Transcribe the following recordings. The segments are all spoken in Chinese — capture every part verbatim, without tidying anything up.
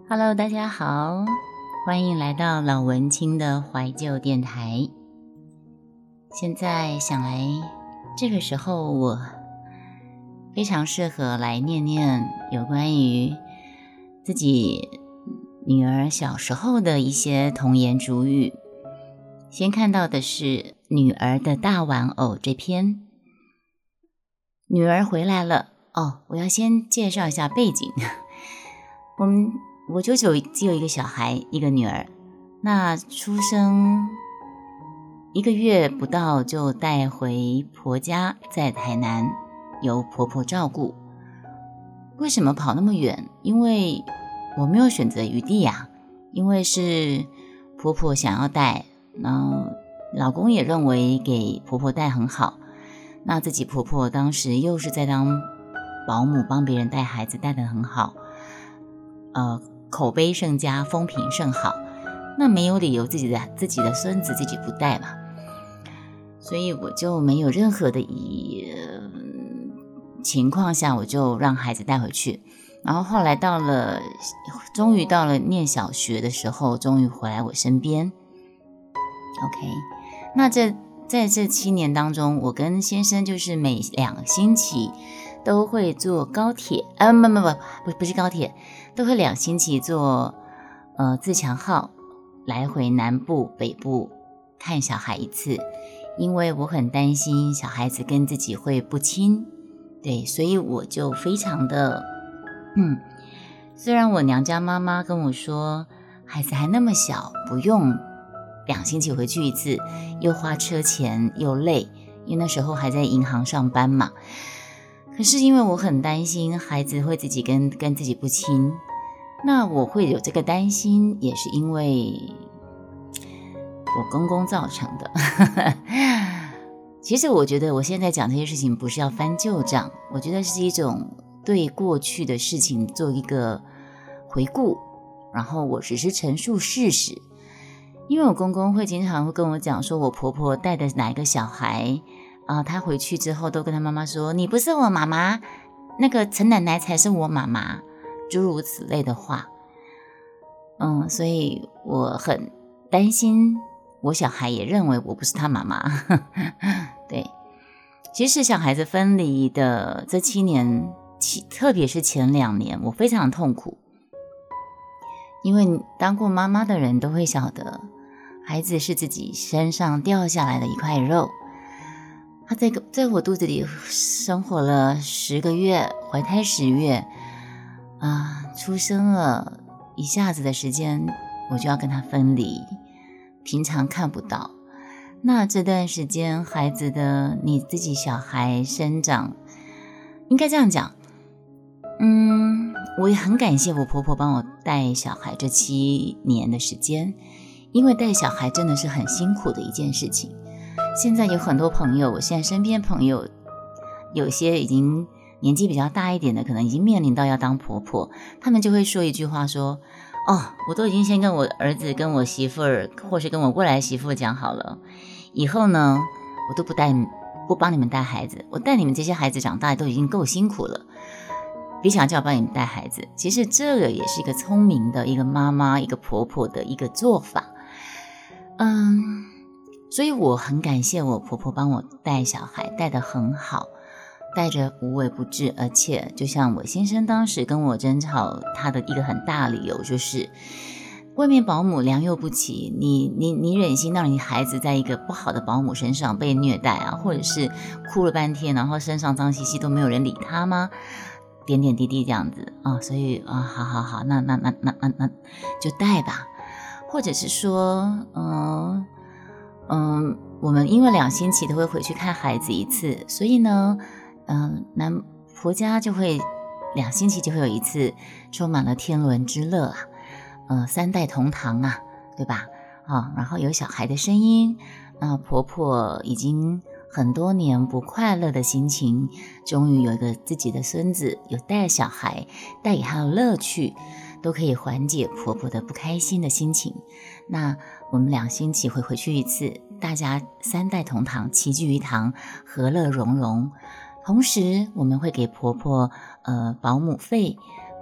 Hello， 大家好，欢迎来到老文青的怀旧电台。现在想来，这个时候我非常适合来念念有关于自己女儿小时候的一些童言竹语。先看到的是女儿的大玩偶这篇。女儿回来了哦，我要先介绍一下背景。我们我舅舅只有一个小孩，一个女儿，那出生一个月不到就带回婆家，在台南由婆婆照顾。为什么跑那么远？因为我没有选择余地啊，因为是婆婆想要带，然后老公也认为给婆婆带很好，那自己婆婆当时又是在当保姆，帮别人带孩子带得很好，呃，口碑甚佳，风评甚好，那没有理由自己的自己的孙子自己不带嘛，所以我就没有任何的以、呃、情况下，我就让孩子带回去。然后后来到了，终于到了念小学的时候，终于回来我身边。OK， 那这在这七年当中，我跟先生就是每两星期都会坐高铁，啊，不不不不不是高铁，都会两星期坐呃自强号来回南部北部看小孩一次，因为我很担心小孩子跟自己会不亲，对，所以我就非常的嗯，虽然我娘家妈妈跟我说孩子还那么小，不用两星期回去一次，又花车钱又累，因为那时候还在银行上班嘛。可是因为我很担心孩子会自己跟跟自己不亲，那我会有这个担心，也是因为我公公造成的。其实我觉得我现在讲这些事情不是要翻旧账，我觉得是一种对过去的事情做一个回顾，然后我只是陈述事实。因为我公公会经常会跟我讲说，我婆婆带的哪一个小孩啊、呃，他回去之后都跟他妈妈说，你不是我妈妈，那个陈奶奶才是我妈妈，诸如此类的话。嗯，所以我很担心我小孩也认为我不是他妈妈。对，其实小孩子分离的这七年，特别是前两年，我非常痛苦，因为当过妈妈的人都会晓得，孩子是自己身上掉下来的一块肉，他在在我肚子里生活了十个月，怀胎十月啊，出生了一下子的时间，我就要跟他分离，平常看不到。那这段时间孩子的你自己小孩生长，应该这样讲，嗯，我也很感谢我婆婆帮我带小孩这七年的时间，因为带小孩真的是很辛苦的一件事情。现在有很多朋友，我现在身边朋友有些已经年纪比较大一点的，可能已经面临到要当婆婆，他们就会说一句话说，哦，我都已经先跟我儿子跟我媳妇儿或是跟我未来媳妇讲好了，以后呢我都不带不帮你们带孩子，我带你们这些孩子长大都已经够辛苦了，别想叫我帮你们带孩子。其实这个也是一个聪明的一个妈妈一个婆婆的一个做法。嗯，所以我很感谢我婆婆帮我带小孩带得很好，带着无微不至，而且就像我先生当时跟我争吵，他的一个很大理由就是外面保姆良莠不齐，你你你忍心让你孩子在一个不好的保姆身上被虐待啊，或者是哭了半天然后身上脏兮兮都没有人理他吗？点点滴滴这样子啊，所以啊，好好好，那那那那那那就带吧，或者是说，嗯嗯，我们因为两星期都会回去看孩子一次，所以呢，嗯，男婆家就会两星期就会有一次，充满了天伦之乐啊，呃，三代同堂啊，对吧？啊，然后有小孩的声音，啊，婆婆已经很多年不快乐的心情，终于有一个自己的孙子，有带小孩，带给他的乐趣，都可以缓解婆婆的不开心的心情。那我们两星期会回去一次，大家三代同堂，齐聚一堂，和乐融融。同时我们会给婆婆呃保姆费，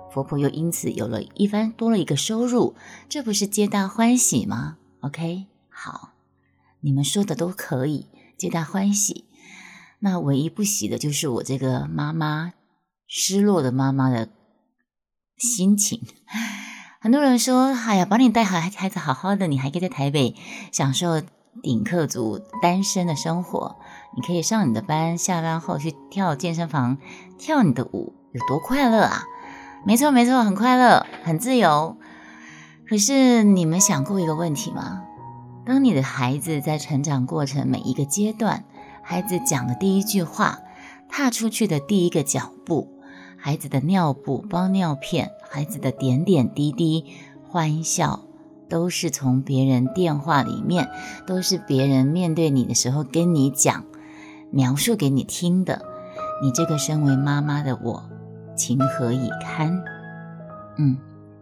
婆婆又因此有了一番多了一个收入，这不是皆大欢喜吗？ OK， 好，你们说的都可以，皆大欢喜。那唯一不喜的就是我这个妈妈，失落的妈妈的心情。很多人说，哎呀，把你带好孩子好好的，你还可以在台北享受顶客族单身的生活，你可以上你的班，下班后去跳健身房跳你的舞，有多快乐啊？没错没错，很快乐，很自由。可是你们想过一个问题吗？当你的孩子在成长过程每一个阶段，孩子讲的第一句话，踏出去的第一个脚步，孩子的尿布、包尿片，孩子的点点滴滴、欢笑，都是从别人电话里面，都是别人面对你的时候跟你讲，描述给你听的。你这个身为妈妈的我，情何以堪？嗯，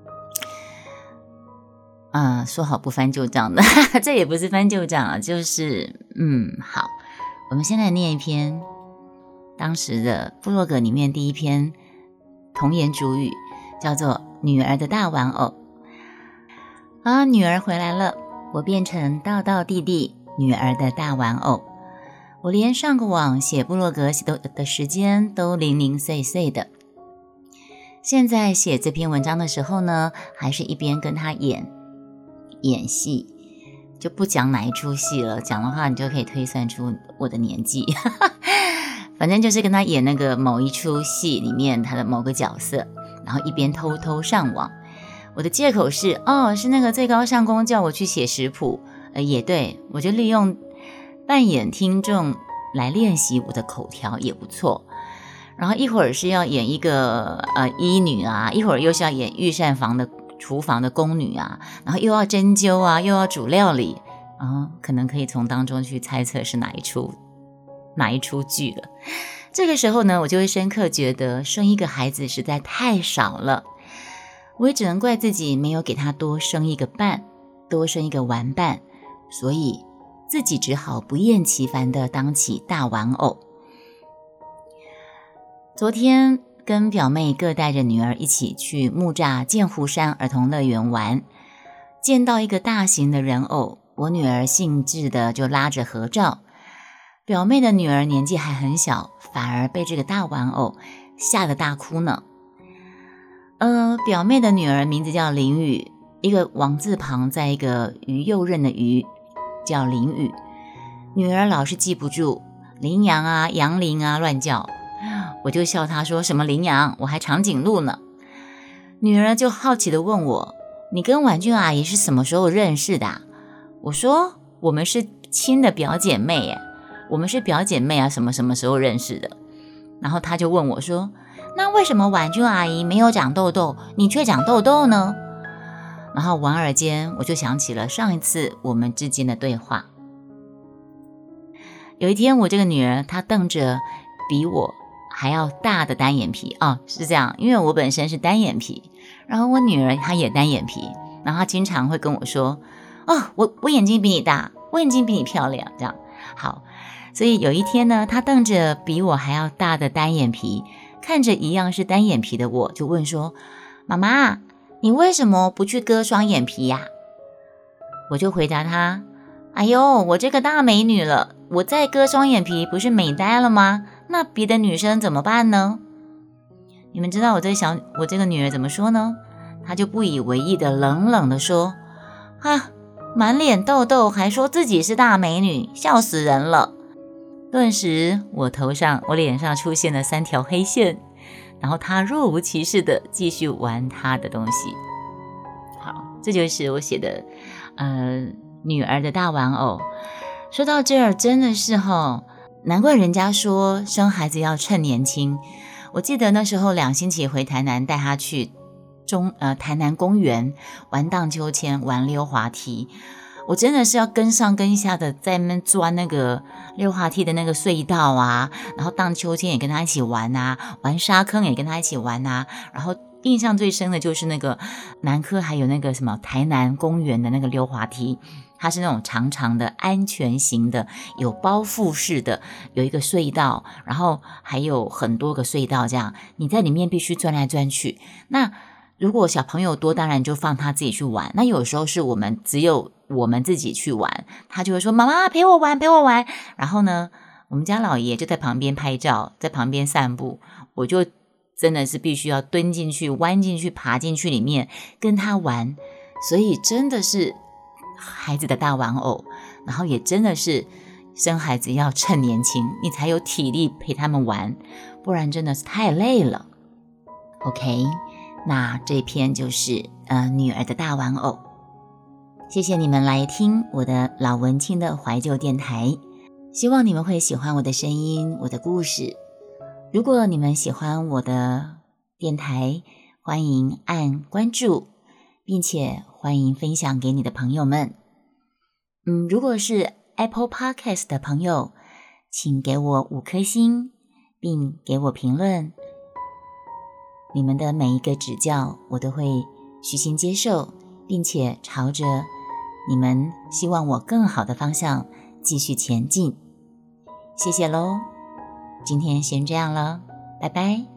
啊、呃，说好不翻旧账的，这也不是翻旧账啊，就是嗯，好，我们先来念一篇当时的部落格里面第一篇童言主语，叫做《女儿的大玩偶》。啊，女儿回来了，我变成道道地地女儿的大玩偶。我连上个网写部落格的时间都零零碎碎的。现在写这篇文章的时候呢，还是一边跟他演演戏，就不讲哪一出戏了，讲的话你就可以推算出我的年纪。反正就是跟他演那个某一出戏里面他的某个角色，然后一边偷偷上网。我的借口是，哦，是那个最高上公叫我去写食谱，呃，也对，我就利用扮演听众来练习我的口条也不错。然后一会儿是要演一个呃医女啊，一会儿又是要演御膳房的厨房的宫女啊，然后又要针灸啊，又要煮料理，然后可能可以从当中去猜测是哪一出哪一出剧了。这个时候呢，我就会深刻觉得生一个孩子实在太少了，我也只能怪自己没有给他多生一个伴，多生一个玩伴，所以自己只好不厌其烦地当起大玩偶。昨天跟表妹各带着女儿一起去木栅剑湖山儿童乐园玩，见到一个大型的人偶，我女儿兴致的就拉着合照。表妹的女儿年纪还很小，反而被这个大玩偶吓得大哭呢。呃，表妹的女儿名字叫林雨，一个王字旁在一个于右任的于，叫林雨。女儿老是记不住羚羊啊、杨林啊乱叫，我就笑她说什么羚羊，我还长颈鹿呢。女儿就好奇地问我，你跟婉君阿姨是什么时候认识的啊？我说我们是亲的表姐妹耶，我们是表姐妹啊，什么什么时候认识的？然后她就问我说，那为什么婉君阿姨没有长痘痘，你却长痘痘呢？然后莞尔间我就想起了上一次我们之间的对话。有一天我这个女儿她瞪着比我还要大的单眼皮，哦，是这样，因为我本身是单眼皮，然后我女儿她也单眼皮，然后她经常会跟我说，哦，我我眼睛比你大，我眼睛比你漂亮，这样。好，所以有一天呢，她瞪着比我还要大的单眼皮，看着一样是单眼皮的我，就问说，妈妈，你为什么不去割双眼皮呀？我就回答她，哎呦，我这个大美女了，我再割双眼皮不是美呆了吗？那别的女生怎么办呢？你们知道我这小我这个女儿怎么说呢？她就不以为意的冷冷的说，啊，满脸痘痘还说自己是大美女，笑死人了。顿时我头上我脸上出现了三条黑线，然后她若无其事的继续玩她的东西。好，这就是我写的呃女儿的大玩偶。说到这儿真的是齁，难怪人家说生孩子要趁年轻。我记得那时候两星期回台南，带她去中呃台南公园玩荡秋千，玩溜滑梯。我真的是要跟上跟下的在那边钻那个溜滑梯的那个隧道啊，然后荡秋千也跟她一起玩啊，玩沙坑也跟她一起玩啊。然后印象最深的就是那个南科还有那个什么台南公园的那个溜滑梯， 它是那种长长的安全型的，有包覆式的，有一个隧道，然后还有很多个隧道，这样你在里面必须钻来钻去。那如果小朋友多，当然就放他自己去玩，那有时候是我们只有我们自己去玩，他就会说妈妈陪我玩陪我玩，然后呢我们家老爷就在旁边拍照，在旁边散步，我就真的是必须要蹲进去弯进去爬进去里面跟他玩。所以真的是孩子的大玩偶，然后也真的是生孩子要趁年轻，你才有体力陪他们玩，不然真的是太累了。 OK， 那这篇就是呃女儿的大玩偶。谢谢你们来听我的老文青的怀旧电台，希望你们会喜欢我的声音，我的故事。如果你们喜欢我的电台，欢迎按关注，并且欢迎分享给你的朋友们。嗯，如果是 Apple Podcast 的朋友，请给我五颗星，并给我评论。你们的每一个指教，我都会虚心接受，并且朝着你们希望我更好的方向继续前进。谢谢咯，今天先这样了，拜拜。